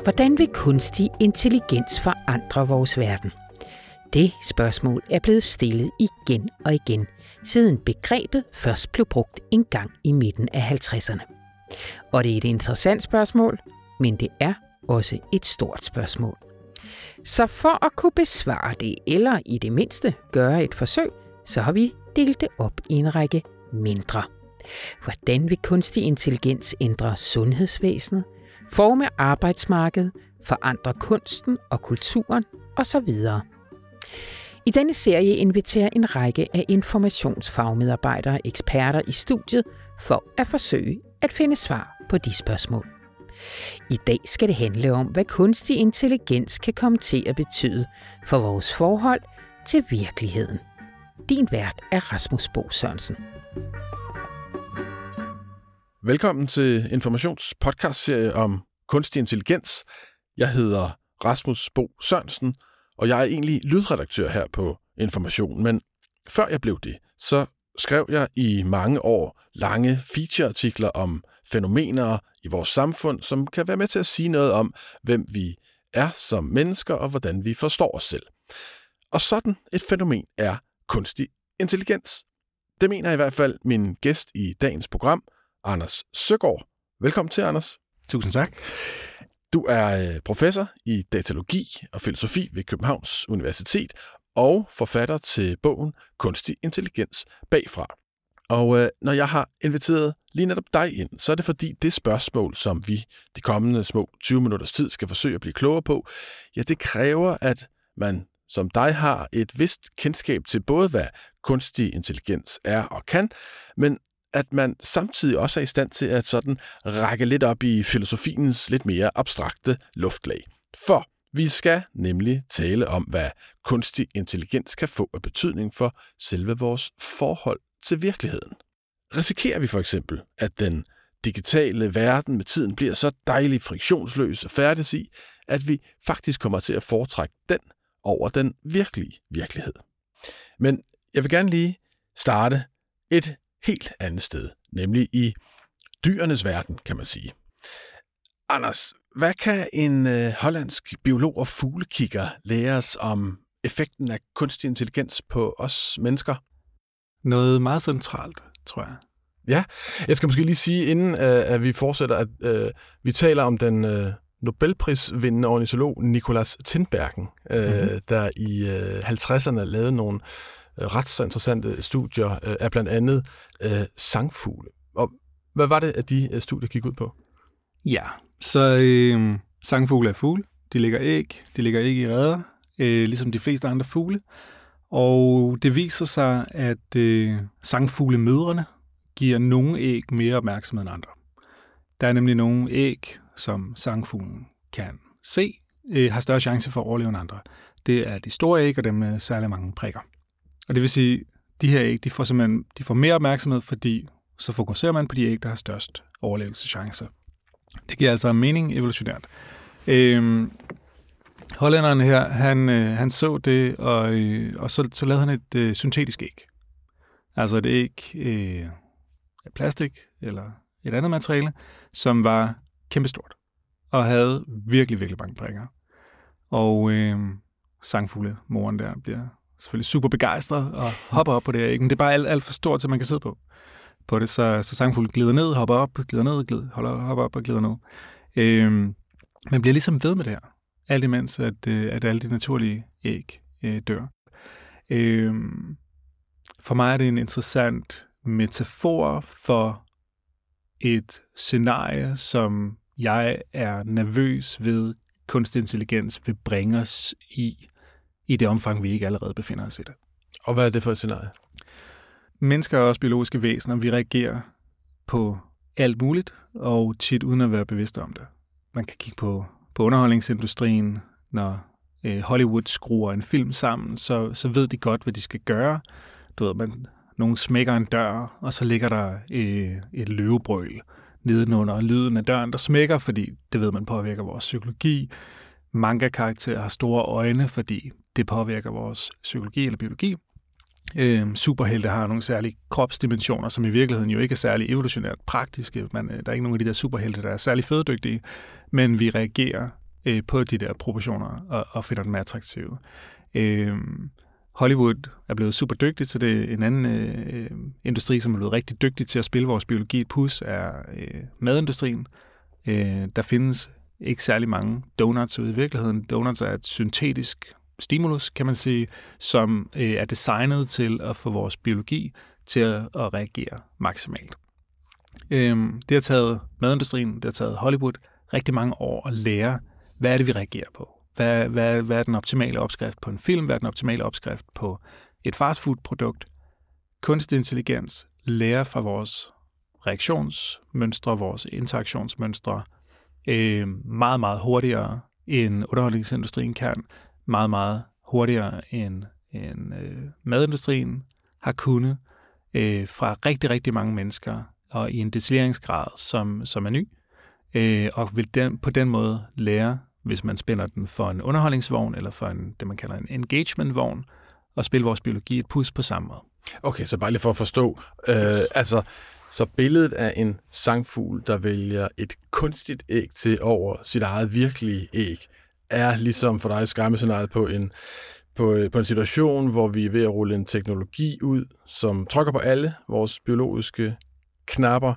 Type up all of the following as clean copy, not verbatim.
Hvordan vil kunstig intelligens forandre vores verden? Det spørgsmål er blevet stillet igen og igen, siden begrebet først blev brugt en gang i midten af 50'erne. Og det er et interessant spørgsmål, men det er også et stort spørgsmål. Så for at kunne besvare det, eller i det mindste gøre et forsøg, så har vi delt det op i en række mindre. Hvordan vil kunstig intelligens ændre sundhedsvæsenet, forme arbejdsmarkedet, forandre kunsten og kulturen osv.? I denne serie inviterer en række af informationsfagmedarbejdere og eksperter i studiet for at forsøge at finde svar på de spørgsmål. I dag skal det handle om, hvad kunstig intelligens kan komme til at betyde for vores forhold til virkeligheden. Din vært er Rasmus Bo Sørensen. Velkommen til Informations podcastserie om kunstig intelligens. Jeg hedder Rasmus Bo Sørensen, og jeg er egentlig lydredaktør her på Information. Men før jeg blev det, så skrev jeg i mange år lange featureartikler om fænomener i vores samfund, som kan være med til at sige noget om, hvem vi er som mennesker og hvordan vi forstår os selv. Og sådan et fænomen er kunstig intelligens. Det mener i hvert fald min gæst i dagens program, Anders Søgaard. Velkommen til, Anders. Tusind tak. Du er professor i datalogi og filosofi ved Københavns Universitet og forfatter til bogen Kunstig intelligens bagfra. Og når jeg har inviteret lige netop dig ind, så er det fordi det spørgsmål, som vi de kommende små 20 minutters tid skal forsøge at blive klogere på, ja, det kræver, at man som dig har et vist kendskab til både, hvad kunstig intelligens er og kan, men at man samtidig også er i stand til at sådan række lidt op i filosofiens lidt mere abstrakte luftlag. For vi skal nemlig tale om, hvad kunstig intelligens kan få af betydning for selve vores forhold til virkeligheden. Risikerer vi for eksempel, at den digitale verden med tiden bliver så dejlig friktionsløs og færdes i, at vi faktisk kommer til at foretrække den over den virkelige virkelighed. Men jeg vil gerne lige starte et helt andet sted, nemlig i dyrenes verden, kan man sige. Anders, hvad kan en hollandsk biolog og fuglekigger lære os om effekten af kunstig intelligens på os mennesker? Noget meget centralt, tror jeg. Ja, jeg skal måske lige sige, inden at vi fortsætter, at vi taler om den Nobelprisvindende ornitolog Nicolas Tinbergen, der i 50'erne lavede nogle ret så interessante studier af blandt andet sangfugle. Og hvad var det, at de studier gik ud på? Ja, så sangfugle er fugle. De lægger æg i reder, ligesom de fleste andre fugle. Og det viser sig, at sangfuglemødrene giver nogle æg mere opmærksomhed end andre. Der er nemlig nogle æg, som sangfuglen kan se, har større chance for at overleve end andre. Det er de store æg, og dem med særlig mange prikker. Og det vil sige, at de her æg, de får mere opmærksomhed, fordi så fokuserer man på de æg, der har størst overlevelseschancer. Det giver altså mening evolutionært. Hollænderen her, han så det, og så lavede han et syntetisk æg. Altså et æg af plastik eller et andet materiale, som var kæmpestort og havde virkelig, virkelig mange prikker. Og sangfuglemoren der bliver selvfølgelig super begejstret og hopper op på det her æg. Men det er bare alt for stort, så man kan sidde på det. Så sangfuglen glider ned, hopper op, glider ned, hopper op og glider ned. Man bliver ligesom ved med det her. Alt imens, at alle de naturlige æg dør. For mig er det en interessant metafor for et scenarie, som jeg er nervøs ved kunstig intelligens vil bringe os i det omfang, vi ikke allerede befinder os i det. Og hvad er det for et scenarie? Mennesker er også biologiske væsener. Vi reagerer på alt muligt, og tit uden at være bevidste om det. Man kan kigge på underholdningsindustrien. Når Hollywood skruer en film sammen, så ved de godt, hvad de skal gøre. Du ved, nogen smækker en dør, og så ligger der et løvebrøl nedenunder lyden af døren, der smækker, fordi det ved man påvirker vores psykologi. Manga-karakterer har store øjne, fordi det påvirker vores psykologi eller biologi. Superhelte har nogle særlige kropsdimensioner, som i virkeligheden jo ikke er særlig evolutionært praktiske. Der er ikke nogen af de der superhelte, der er særlig fødedygtige, men vi reagerer på de der proportioner og finder dem attraktive. Hollywood er blevet super dygtig til det. En anden industri, som er blevet rigtig dygtig til at spille vores biologi et pus, er madindustrien. Der findes ikke særlig mange donuts ude i virkeligheden. Donuts er et syntetisk stimulus, kan man sige, som er designet til at få vores biologi til at reagere maksimalt. Det har taget madindustrien, det har taget Hollywood rigtig mange år at lære, hvad er det, vi reagerer på. Hvad er den optimale opskrift på en film? Hvad er den optimale opskrift på et fastfood-produkt? Kunstig intelligens lærer fra vores reaktionsmønstre, vores interaktionsmønstre, meget, meget hurtigere end underholdningsindustrien kan, meget, meget hurtigere end madindustrien har kunnet, fra rigtig, rigtig mange mennesker, og i en detaljeringsgrad, som er ny, og vil på den måde lære, hvis man spænder den for en underholdningsvogn, eller for det, man kalder en engagementvogn, og spille vores biologi et pus på samme måde. Okay, så bare lige for at forstå. Yes. Så billedet af en sangfugl, der vælger et kunstigt æg til over sit eget virkelige æg, er ligesom for dig skræmmescenariet på en situation, hvor vi er ved at rulle en teknologi ud, som trykker på alle vores biologiske knapper,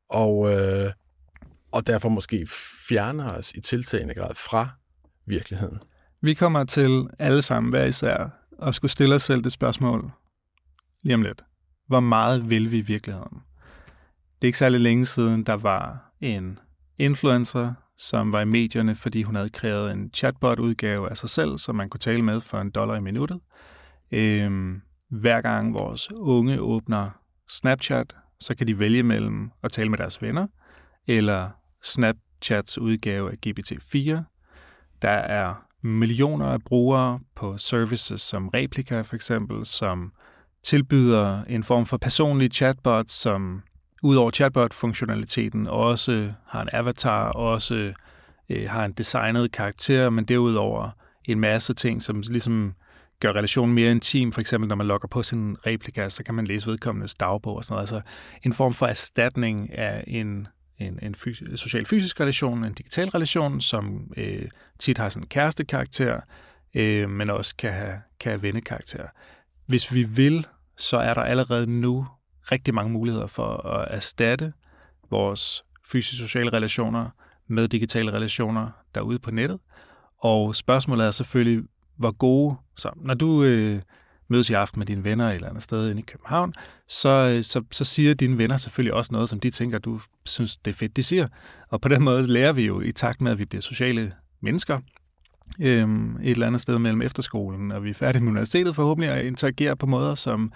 og derfor måske fjerner os i tiltagende grad fra virkeligheden. Vi kommer til alle sammen hver især at skulle stille os selv det spørgsmål lige om lidt. Hvor meget vil vi i virkeligheden? Det er ikke særlig længe siden, der var en influencer, som var i medierne, fordi hun havde kreeret en chatbot-udgave af sig selv, som man kunne tale med for $1 i minuttet. Hver gang vores unge åbner Snapchat, så kan de vælge mellem at tale med deres venner, eller Snapchats udgave af GPT-4. Der er millioner af brugere på services som Replika for eksempel, som tilbyder en form for personlig chatbot, som udover chatbot-funktionaliteten også har en avatar, også har en designet karakter, men derudover en masse ting, som ligesom gør relationen mere intim. For eksempel, når man logger på sin Replika, så kan man læse vedkommendes dagbog og sådan noget. Altså en form for erstatning af en social-fysisk relation, en digital relation, som tit har sådan en kærestekarakter, men også kan have vennekarakter. Hvis vi vil, så er der allerede nu rigtig mange muligheder for at erstatte vores fysisk-sociale relationer med digitale relationer derude på nettet. Og spørgsmålet er selvfølgelig, hvor gode... Så når du mødes i aften med dine venner et eller andet sted inde i København, så siger dine venner selvfølgelig også noget, som de tænker, du synes, det er fedt, de siger. Og på den måde lærer vi jo i takt med, at vi bliver sociale mennesker et eller andet sted mellem efterskolen, og vi er færdige med universitetet forhåbentlig at interagere på måder,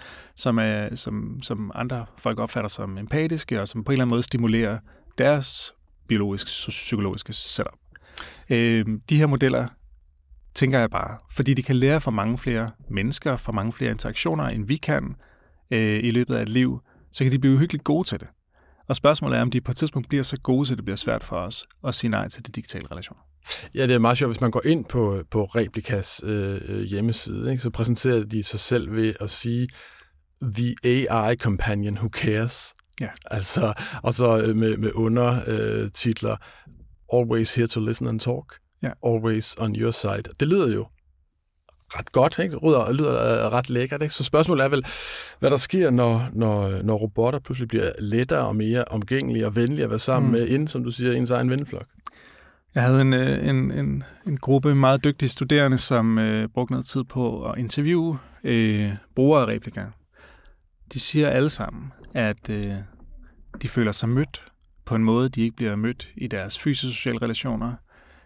som andre folk opfatter som empatiske, og som på en eller anden måde stimulerer deres biologisk-psykologiske setup. De her modeller, tænker jeg bare, fordi de kan lære fra mange flere mennesker, fra mange flere interaktioner, end vi kan i løbet af et liv, så kan de blive uhyggeligt gode til det. Og spørgsmålet er, om de på et tidspunkt bliver så gode, så det bliver svært for os at sige nej til de digitale relationer. Ja, det er meget sjovt. Hvis man går ind på Replikas hjemmeside, ikke, så præsenterer de sig selv ved at sige, the AI companion who cares. Ja. Altså, og så med undertitler, always here to listen and talk. Ja. Always on your side. Det lyder jo ret godt, ikke? Det lyder ret lækkert, ikke? Så spørgsmålet er vel, hvad der sker, når robotter pludselig bliver lettere og mere omgængelige og venlige at være sammen med, inden, som du siger, ens egen venneflok. Jeg havde en gruppe meget dygtige studerende, som brugte noget tid på at interviewe brugere af Replika. De siger alle sammen, at de føler sig mødt på en måde, de ikke bliver mødt i deres fysisk-sociale relationer.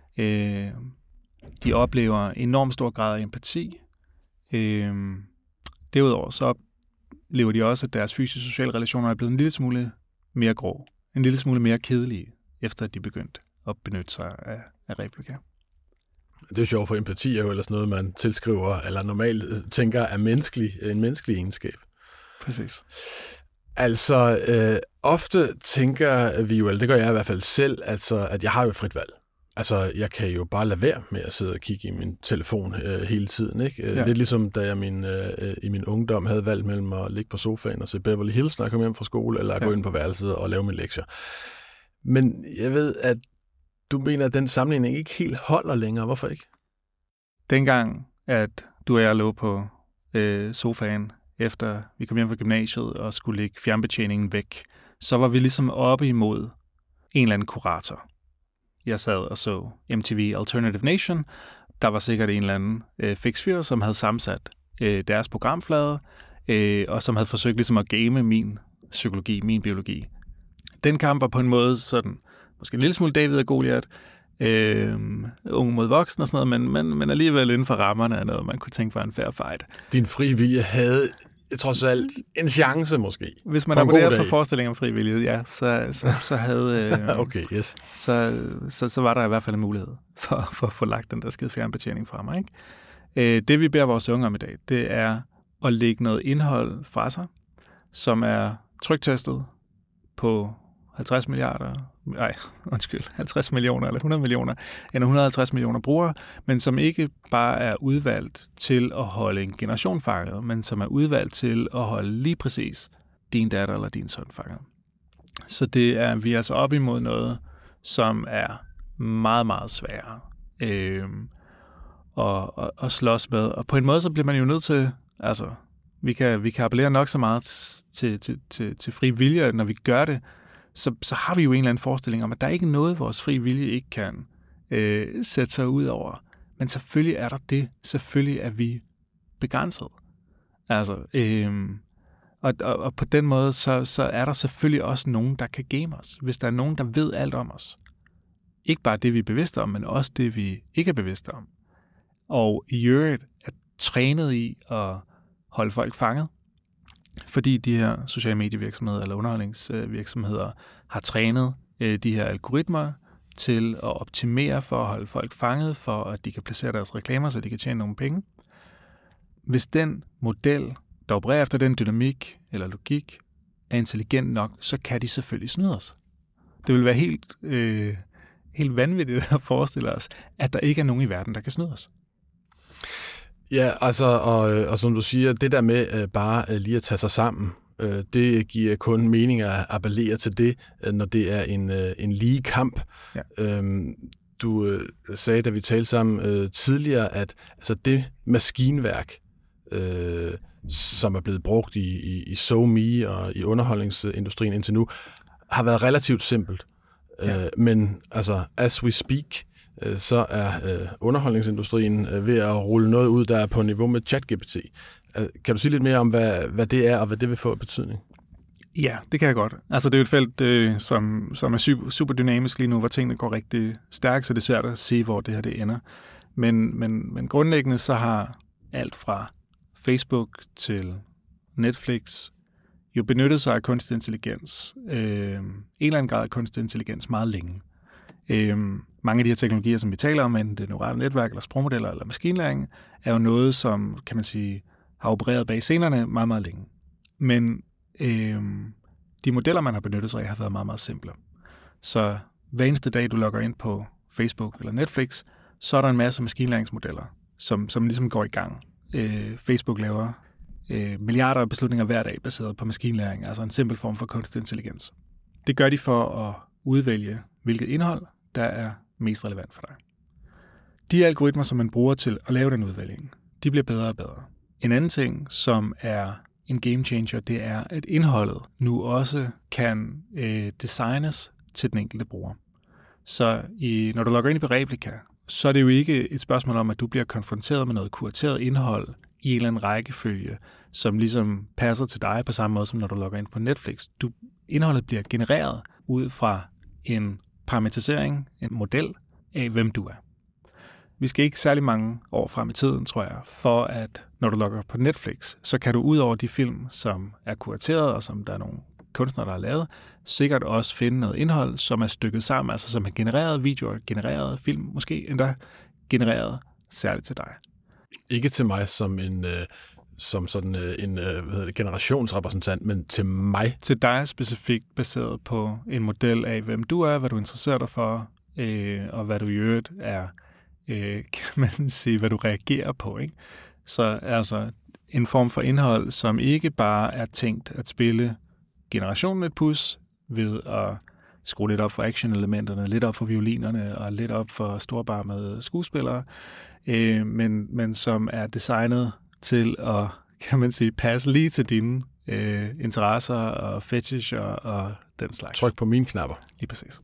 De oplever enormt stor grad af empati. Derudover så oplever de også, at deres fysisk-sociale relationer er blevet en lille smule mere grå, en lille smule mere kedelige, efter at de begyndte at benytte sig af Replika. Det er jo sjovt, for empati er jo ellers noget, man tilskriver, eller normalt tænker er en menneskelig egenskab. Præcis. Altså, ofte tænker vi jo, eller det gør jeg i hvert fald selv, altså, at jeg har jo et frit valg. Altså, jeg kan jo bare lade være med at sidde og kigge i min telefon hele tiden, ikke? Ja. Lidt ligesom, da jeg i min ungdom havde valgt mellem at ligge på sofaen og se Beverly Hills, når jeg kom hjem fra skole, eller at gå ind på værelset og lave mine lektier. Men jeg ved, at du mener, at den sammenligning ikke helt holder længere. Hvorfor ikke? Dengang, at du og jeg lå på sofaen, efter vi kom hjem fra gymnasiet og skulle lægge fjernbetjeningen væk, så var vi ligesom oppe imod en eller anden kurator. Jeg sad og så MTV Alternative Nation. Der var sikkert en eller anden fix fyr, som havde sammensat deres programflade, og som havde forsøgt ligesom at game min psykologi, min biologi. Den kamp var på en måde sådan, måske en lille smule David og Goliat, unge mod voksen og sådan noget, men alligevel inden for rammerne af noget, man kunne tænke var en fair fight. Din frie vilje havde trods alt en chance måske. Hvis man abonnerer på forestillingen om fri vilje, ja, så havde... okay, yes. Så var der i hvert fald en mulighed for at få lagt den der skide fjernbetjening fra mig, ikke? Det vi beder vores unge om i dag, det er at lægge noget indhold fra sig, som er tryktestet på 50 millioner eller 100 millioner, eller 150 millioner brugere, men som ikke bare er udvalgt til at holde en generation fanget, men som er udvalgt til at holde lige præcis din datter eller din søn fanget. Så vi er altså op imod noget, som er meget, meget sværere at slås med. Og på en måde, så bliver man jo nødt til, altså, vi kan appellere nok så meget til fri vilje, når vi gør det, så har vi jo en eller anden forestilling om, at der er ikke noget, vores fri vilje ikke kan sætte sig ud over. Men selvfølgelig er der det. Selvfølgelig er vi begrænset. Altså, og på den måde, så er der selvfølgelig også nogen, der kan game os. Hvis der er nogen, der ved alt om os. Ikke bare det, vi er bevidste om, men også det, vi ikke er bevidste om. Og i øvrigt er trænet i at holde folk fanget, fordi de her sociale medievirksomheder eller underholdningsvirksomheder har trænet de her algoritmer til at optimere for at holde folk fanget, for at de kan placere deres reklamer, så de kan tjene nogle penge. Hvis den model, der opererer efter den dynamik eller logik, er intelligent nok, så kan de selvfølgelig snyde os. Det vil være helt vanvittigt at forestille os, at der ikke er nogen i verden, der kan snyde os. Ja, altså, og som du siger, det der med bare lige at tage sig sammen, det giver kun mening at appellere til det, når det er en lige kamp. Ja. Du sagde, da vi talte sammen tidligere, at altså det maskinværk, som er blevet brugt i SoMe og i underholdningsindustrien indtil nu, har været relativt simpelt. Ja. Men altså, as we speak, så er underholdningsindustrien ved at rulle noget ud, der er på niveau med ChatGPT. Kan du sige lidt mere om, hvad det er, og hvad det vil få af betydning? Ja, det kan jeg godt. Altså, det er jo et felt, som er super dynamisk lige nu, hvor tingene går rigtig stærkt, så det er svært at se, hvor det her det ender. Men grundlæggende så har alt fra Facebook til Netflix jo benyttet sig af kunstig intelligens. En eller anden grad af kunstig intelligens meget længe. Mange af de her teknologier, som vi taler om, enten det neurale netværk, eller sprogmodeller, eller maskinlæring, er jo noget, som, kan man sige, har opereret bag scenerne meget, meget længe. Men de modeller, man har benyttet sig af, har været meget, meget simple. Så hver eneste dag, du logger ind på Facebook eller Netflix, så er der en masse maskinlæringsmodeller, som ligesom går i gang. Facebook laver milliarder af beslutninger hver dag, baseret på maskinlæring, altså en simpel form for kunstig intelligens. Det gør de for at udvælge, hvilket indhold, der er mest relevant for dig. De algoritmer, som man bruger til at lave den udvælgning, de bliver bedre og bedre. En anden ting, som er en game changer, det er, at indholdet nu også kan designes til den enkelte bruger. Så når du logger ind i Replika, så er det jo ikke et spørgsmål om, at du bliver konfronteret med noget kurateret indhold i en eller anden rækkefølge, som ligesom passer til dig på samme måde, som når du logger ind på Netflix. Indholdet bliver genereret ud fra en parametrisering, en model af, hvem du er. Vi skal ikke særlig mange år frem i tiden, tror jeg, for at når du logger på Netflix, så kan du ud over de film, som er kurateret, og som der er nogle kunstnere, der har lavet, sikkert også finde noget indhold, som er stykket sammen, altså som er genereret videoer, genereret film, måske endda genereret særligt til dig. Ikke til mig som sådan en generationsrepræsentant, men til mig. Til dig specifikt baseret på en model af, hvem du er, hvad du interesserer dig for, og hvad du i øvrigt er, kan man sige, hvad du reagerer på, ikke? Så altså en form for indhold, som ikke bare er tænkt at spille generationen et pus ved at skrue lidt op for action-elementerne, lidt op for violinerne og lidt op for storbarmede skuespillere, men som er designet til at, kan man sige, passe lige til dine interesser og fetish og den slags. Tryk på mine knapper. Lige præcis.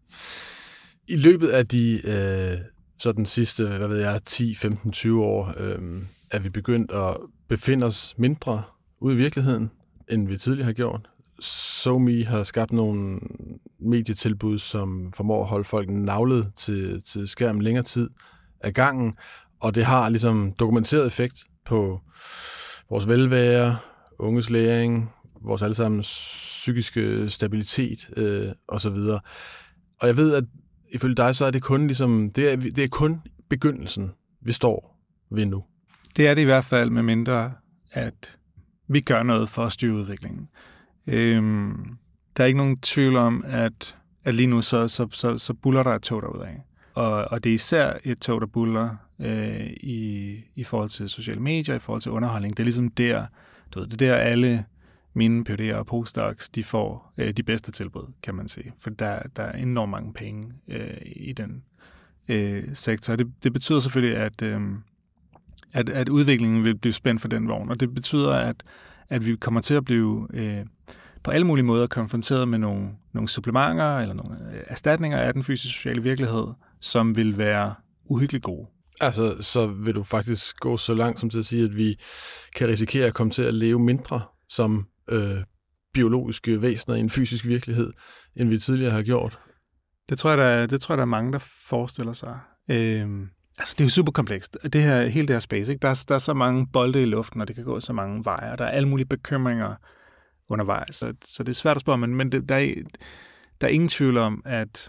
I løbet af de så den sidste, 10, 15, 20 år, er vi begyndt at befinde os mindre ude i virkeligheden, end vi tidligere har gjort. SoMe har skabt nogle medietilbud, som formår at holde folk navlet til skærmen længere tid af gangen, og det har ligesom dokumenteret effekt på vores velvære, unges læring, vores allesammens psykiske stabilitet osv. Og jeg ved, at ifølge dig, så er det kun det er kun begyndelsen, vi står ved nu. Det er det i hvert fald, med mindre at vi gør noget for at styre udviklingen. Der er ikke nogen tvivl om, at lige nu så buller der et tog derudad. Og det er især et tog, der buller i forhold til sociale medier, i forhold til underholdning. Det er ligesom der, det er der alle mine PhD'er og postdocs, de får de bedste tilbud, kan man sige. For der er enormt mange penge i den sektor. Det betyder selvfølgelig, at udviklingen vil blive spændt for den vogn, og det betyder, at vi kommer til at blive på alle mulige måder konfronteret med nogle supplementer eller nogle erstatninger af den fysisk-sociale virkelighed, som vil være uhyggeligt gode. Altså, så vil du faktisk gå så langt som til at sige, at vi kan risikere at komme til at leve mindre som biologiske væsener i en fysisk virkelighed, end vi tidligere har gjort? Det tror jeg, der er mange, der forestiller sig. Altså, det er jo super komplekst. Hele det her space, ikke? Der er så mange bolde i luften, og det kan gå så mange veje, der er alle mulige bekymringer undervejs. Så det er svært at spørge, men der er ingen tvivl om, at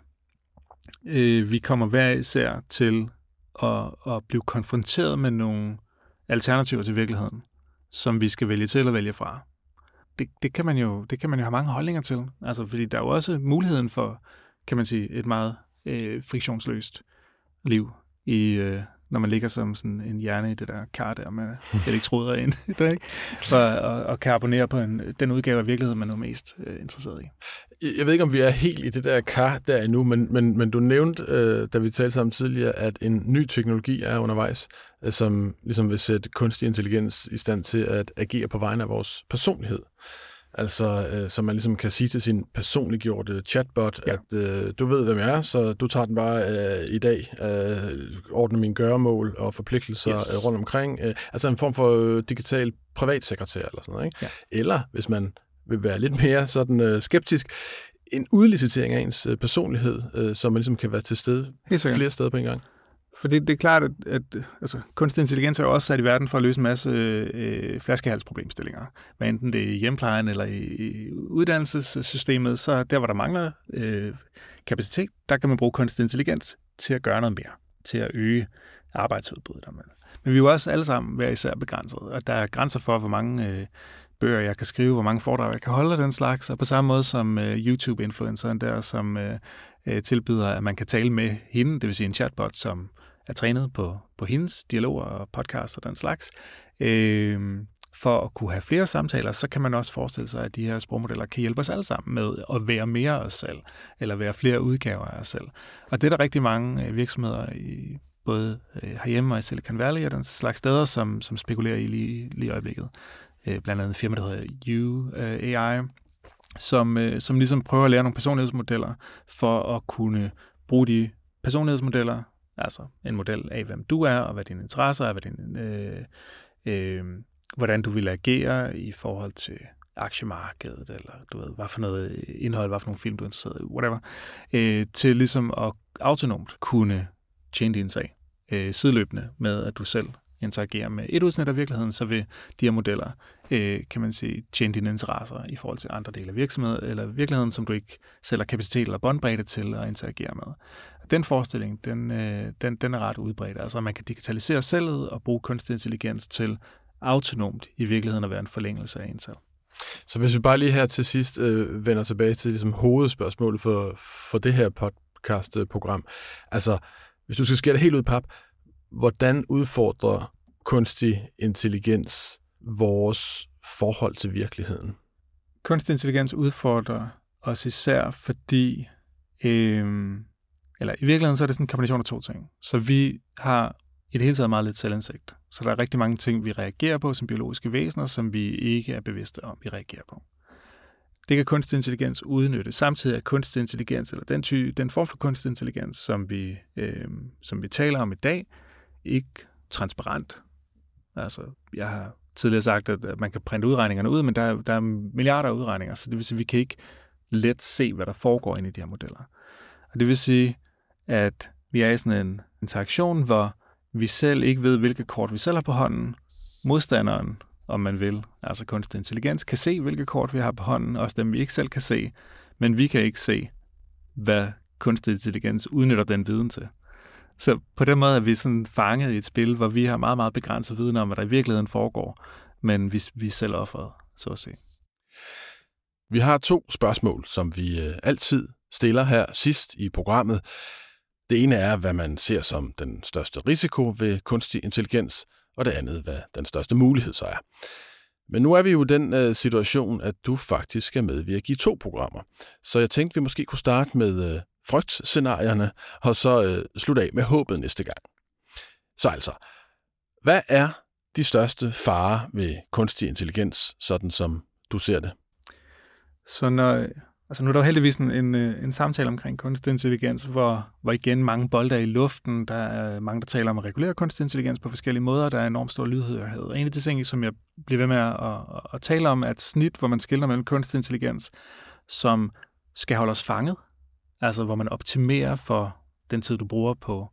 vi kommer hver især til at blive konfronteret med nogle alternativer til virkeligheden, som vi skal vælge til eller vælge fra. Det kan man jo have mange holdninger til. Altså, fordi der er jo også muligheden for, kan man sige, et meget friktionsløst liv, når man ligger som sådan en hjerne i det der kar der med elektroder ind, og kan abonnere på den udgave af virkeligheden, man er mest interesseret i. Jeg ved ikke, om vi er helt i det der kar der endnu, men du nævnte, da vi talte sammen tidligere, at en ny teknologi er undervejs, som ligesom vil sætte kunstig intelligens i stand til at agere på vegne af vores personlighed. Altså, så man ligesom kan sige til sin personliggjorte chatbot, ja, at du ved, hvem jeg er, så du tager den bare i dag, ordner mine gøremål og forpligtelser rundt omkring. Altså en form for digital privatsekretær eller sådan noget, ikke? Ja. Eller, hvis man vil være lidt mere sådan skeptisk, en udlicitering af ens personlighed, så man ligesom kan være til stede flere steder på en gang. Fordi det er klart, at altså, kunstig intelligens er jo også sat i verden for at løse en masse flaskehalsproblemstillinger. Hvad enten det er i hjemplejen eller i uddannelsessystemet, så der, hvor der mangler kapacitet, der kan man bruge kunstig intelligens til at gøre noget mere, til at øge arbejdsudbuddet. Men vi er jo også alle sammen hver især begrænset, og der er grænser for, hvor mange bøger jeg kan skrive, hvor mange foredrag jeg kan holde af den slags, og på samme måde som YouTube-influenceren der, som tilbyder, at man kan tale med hende, det vil sige en chatbot, som er trænet på hendes dialoger og podcasts og den slags. For at kunne have flere samtaler, så kan man også forestille sig, at de her sprogmodeller kan hjælpe os alle sammen med at være mere af os selv, eller være flere udgaver af os selv. Og det er der rigtig mange virksomheder i både herhjemme og i Silicon Valley og den slags steder, som spekulerer i lige i øjeblikket. Blandt andet en firma, der hedder AI, som ligesom prøver at lære nogle personlighedsmodeller for at kunne bruge de personlighedsmodeller, altså en model af, hvem du er, og hvad dine interesser er, hvordan du vil agere i forhold til aktiemarkedet, eller du ved, hvad for noget indhold, hvad for nogle film, du er interesseret i, whatever, til ligesom at autonomt kunne tjene din sag sideløbende med, at du selv interagerer med et udsnit af virkeligheden, så vil de her modeller, kan man sige, tjene dine interesser i forhold til andre dele af virksomheden, eller virkeligheden, som du ikke selv har kapacitet eller båndbredde til at interagere med. Den forestilling, den er ret udbredt. Altså, man kan digitalisere selvet og bruge kunstig intelligens til autonomt i virkeligheden at være en forlængelse af en selv. Så hvis vi bare lige her til sidst vender tilbage til ligesom hovedspørgsmålet for det her podcast-program. Altså, hvis du skal skære det helt ud i pap, hvordan udfordrer kunstig intelligens vores forhold til virkeligheden? Kunstig intelligens udfordrer os især, fordi Eller i virkeligheden så er det sådan en kombination af to ting. Så vi har i det hele taget meget lidt selvindsigt. Så der er rigtig mange ting, vi reagerer på som biologiske væsener, som vi ikke er bevidste om, vi reagerer på. Det kan kunstig intelligens udnytte. Samtidig er kunstig intelligens, eller den form for kunstig intelligens, som vi taler om i dag, ikke transparent. Altså, jeg har tidligere sagt, at man kan printe udregningerne ud, men der er milliarder af udregninger, så det vil sige, at vi kan ikke let se, hvad der foregår inde i de her modeller. Og det vil sige, at vi er i sådan en interaktion, hvor vi selv ikke ved, hvilke kort vi selv har på hånden. Modstanderen, om man vil, altså kunstig intelligens, kan se, hvilke kort vi har på hånden, også dem vi ikke selv kan se, men vi kan ikke se, hvad kunstig intelligens udnytter den viden til. Så på den måde er vi sådan fanget i et spil, hvor vi har meget, meget begrænset viden om, hvad der i virkeligheden foregår, men vi er selv offeret, så at sige. Vi har 2 spørgsmål, som vi altid stiller her sidst i programmet. Det ene er, hvad man ser som den største risiko ved kunstig intelligens, og det andet, hvad den største mulighed så er. Men nu er vi jo i den situation, at du faktisk skal medvirke i 2 programmer. Så jeg tænkte, vi måske kunne starte med frygtscenarierne, og så slutte af med håbet næste gang. Så altså, hvad er de største farer ved kunstig intelligens, sådan som du ser det? Så nu er der jo heldigvis en samtale omkring kunstig intelligens, hvor igen mange bolde er i luften. Der er mange, der taler om at regulere kunstig intelligens på forskellige måder. Der er enormt stor lydhørhed. Og en af de ting, som jeg bliver ved med at tale om, er et snit, hvor man skelner mellem kunstig intelligens, som skal holde os fanget. Altså hvor man optimerer for den tid, du bruger på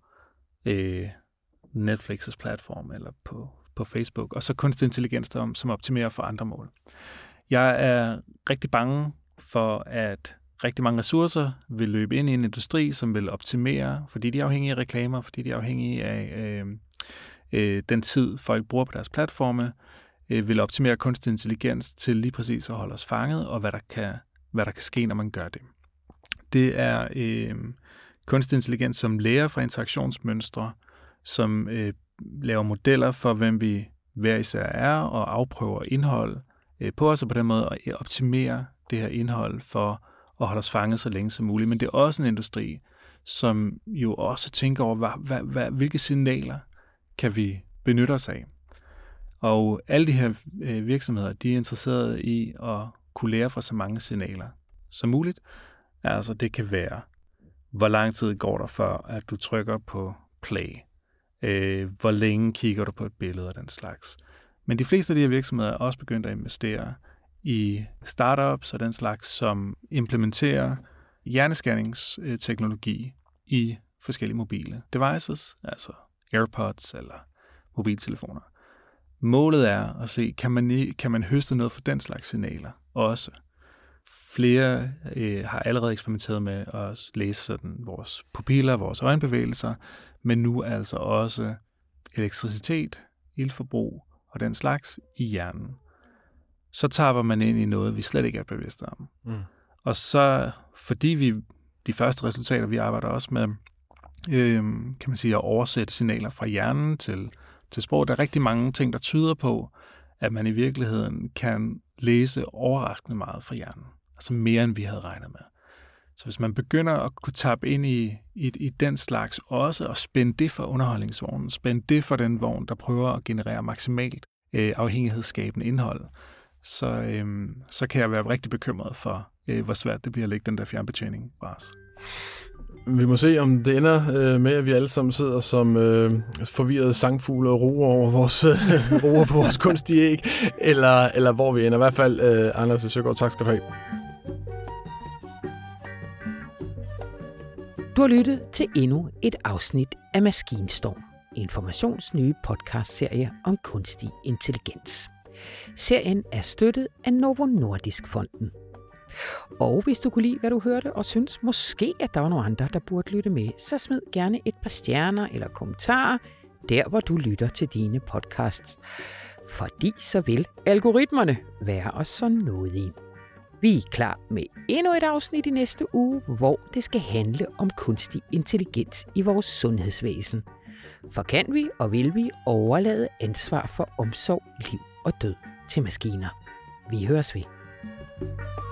Netflix's platform eller på Facebook. Og så kunstig intelligens, som optimerer for andre mål. Jeg er rigtig bange for, at rigtig mange ressourcer vil løbe ind i en industri, som vil optimere, fordi de er afhængige af reklamer, fordi de er afhængige af den tid, folk bruger på deres platforme, vil optimere kunstig intelligens til lige præcis at holde os fanget, og hvad der kan ske, når man gør det. Det er kunstig intelligens, som lærer fra interaktionsmønstre, som laver modeller for, hvem vi hver især er, og afprøver indhold på os, og på den måde at optimere det her indhold for at holde os fanget så længe som muligt. Men det er også en industri, som jo også tænker over, hvilke signaler kan vi benytte os af. Og alle de her virksomheder, de er interesserede i at kunne lære fra så mange signaler som muligt. Altså det kan være, hvor lang tid går der før, at du trykker på play. Hvor længe kigger du på et billede af den slags. Men de fleste af de her virksomheder er også begyndt at investere i startups og den slags, som implementerer hjernescanningsteknologi i forskellige mobile devices, altså AirPods eller mobiltelefoner. Målet er at se, kan man høste noget for den slags signaler også. Flere har allerede eksperimenteret med at læse sådan vores pupiller, vores øjenbevægelser, men nu altså også elektricitet, iltforbrug og den slags i hjernen. Så tapper man ind i noget, vi slet ikke er bevidste om. Mm. Og så, fordi de første resultater, vi arbejder også med, kan man sige, at oversætte signaler fra hjernen til sprog. Der er rigtig mange ting, der tyder på, at man i virkeligheden kan læse overraskende meget fra hjernen. Altså mere, end vi havde regnet med. Så hvis man begynder at kunne tappe ind i den slags også, og spænde det for underholdningsvognen, spænde det for den vogn, der prøver at generere maksimalt afhængighedsskabende indhold, så kan jeg være rigtig bekymret for, hvor svært det bliver at lægge den der fjernbetjening fra os. Vi må se, om det ender med, at vi alle sammen sidder som forvirrede sangfugle og roer på vores kunstige æg, eller hvor vi ender. I hvert fald, Anders Søgaard, tak skal du have. Du har lyttet til endnu et afsnit af Maskinstorm, Informations nye podcastserie om kunstig intelligens. Serien er støttet af Novo Nordisk Fonden. Og hvis du kunne lide, hvad du hørte, og synes måske, at der var nogle andre, der burde lytte med, så smid gerne et par stjerner eller kommentarer, der hvor du lytter til dine podcasts. Fordi så vil algoritmerne være os så nådige. Vi er klar med endnu et afsnit i næste uge, hvor det skal handle om kunstig intelligens i vores sundhedsvæsen. For kan vi og vil vi overlade ansvar for omsorg, liv og død til maskiner? Vi høres ved.